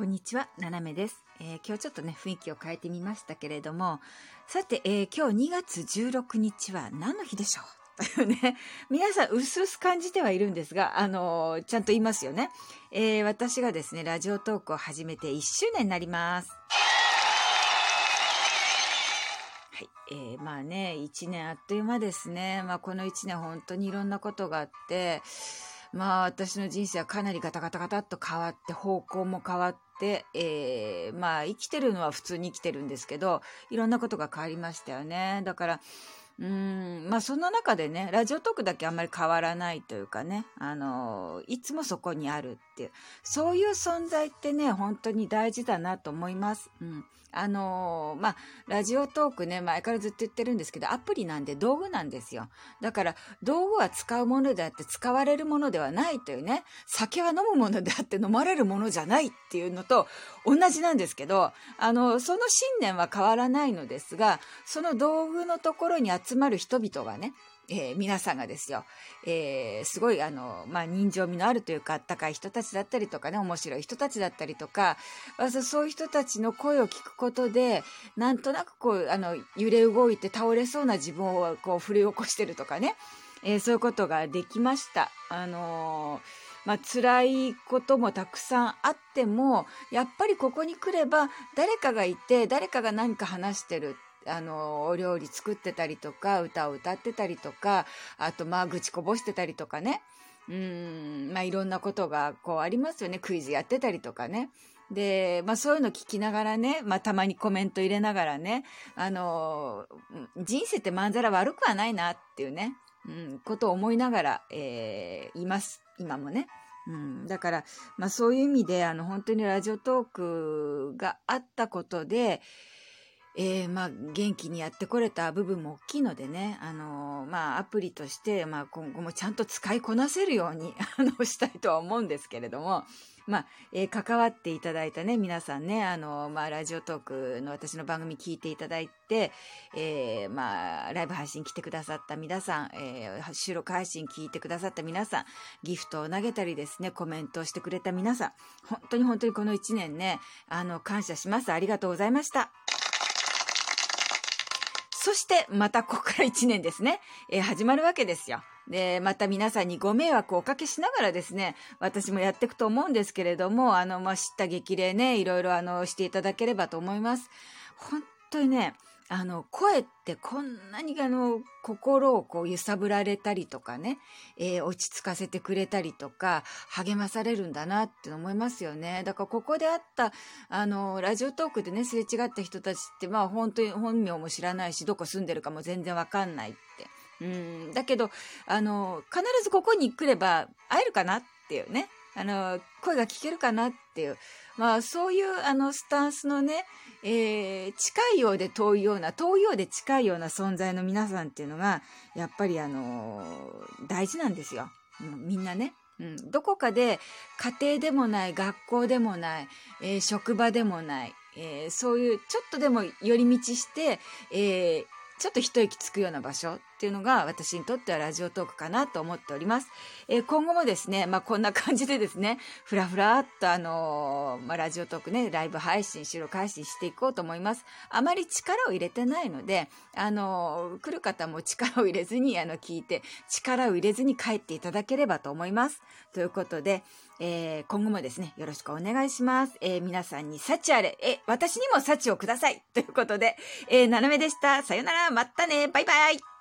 こんにちは、ななめです。今日ちょっとね、雰囲気を変えてみましたけれども、さて、今日2月16日は何の日でしょうというね、皆さん薄々感じてはいるんですが、ちゃんと言いますよね。私がですね、ラジオトークを始めて1周年になります。はい、まあね、1年あっという間ですね。この1年本当にいろんなことがあって、私の人生はかなりガタガタガタっと変わって、方向も変わって、生きてるのは普通に生きてるんですけど、いろんなことが変わりましたよね。だから、そんな中でね、ラジオトークだけあんまり変わらないというかね、いつもそこにあるっていう、そういう存在ってね、本当に大事だなと思います。ラジオトークね、前からずっと言ってるんですけど、アプリなんで道具なんですよ。だから、道具は使うものであって使われるものではないというね、酒は飲むものであって飲まれるものじゃないっていうのと同じなんですけど、その信念は変わらないのですが、その道具のところに集まる人々がね、皆さんがですよ、すごい人情味のあるというか、あったかい人たちだったりとかね、面白い人たちだったりとか、そういう人たちの声を聞くことで、なんとなく揺れ動いて倒れそうな自分を振り起こしてるとかね、そういうことができました。辛いこともたくさんあっても、やっぱりここに来れば誰かがいて、誰かが何か話してる。お料理作ってたりとか、歌を歌ってたりとか、あと愚痴こぼしてたりとかね。いろんなことがありますよね。クイズやってたりとかね。で、そういうの聞きながらね、たまにコメント入れながらね、人生ってまんざら悪くはないなっていうね、ことを思いながら、います。今もね。だから、そういう意味で、本当にラジオトークがあったことで、元気にやってこれた部分も大きいのでね、アプリとして、今後もちゃんと使いこなせるようにしたいとは思うんですけれども、関わっていただいたね、皆さんね、ラジオトークの私の番組聞いていただいて、ライブ配信来てくださった皆さん、収録配信聞いてくださった皆さん、ギフトを投げたりですね、コメントをしてくれた皆さん、本当に本当にこの1年ね、感謝します。ありがとうございました。そしてまたここから1年ですね、始まるわけですよ。で、また皆さんにご迷惑をおかけしながらですね、私もやっていくと思うんですけれども、知った激励ね、いろいろしていただければと思います。本当にね、声ってこんなに心を揺さぶられたりとかね、落ち着かせてくれたりとか、励まされるんだなって思いますよね。だからここであった、ラジオトークでね、すれ違った人たちって、本当に本名も知らないし、どこ住んでるかも全然わかんないって。だけど、必ずここに来れば会えるかなっていうね。声が聞けるかなっていう、そういうスタンスのね、近いようで遠いような、遠いようで近いような存在の皆さんっていうのが、やっぱり大事なんですよ。みんなね。どこかで家庭でもない、学校でもない、職場でもない、そういうちょっとでも寄り道して、ちょっと一息つくような場所っていうのが私にとってはラジオトークかなと思っております。今後もですね、こんな感じでですね、ふらふらっとラジオトークね、ライブ配信、収録配信していこうと思います。あまり力を入れてないので、来る方も力を入れずに聞いて、力を入れずに帰っていただければと思います。ということで、今後もですね、よろしくお願いします。皆さんに幸あれ、私にも幸をください。ということで、ななめでした。さよなら、またね、バイバイ。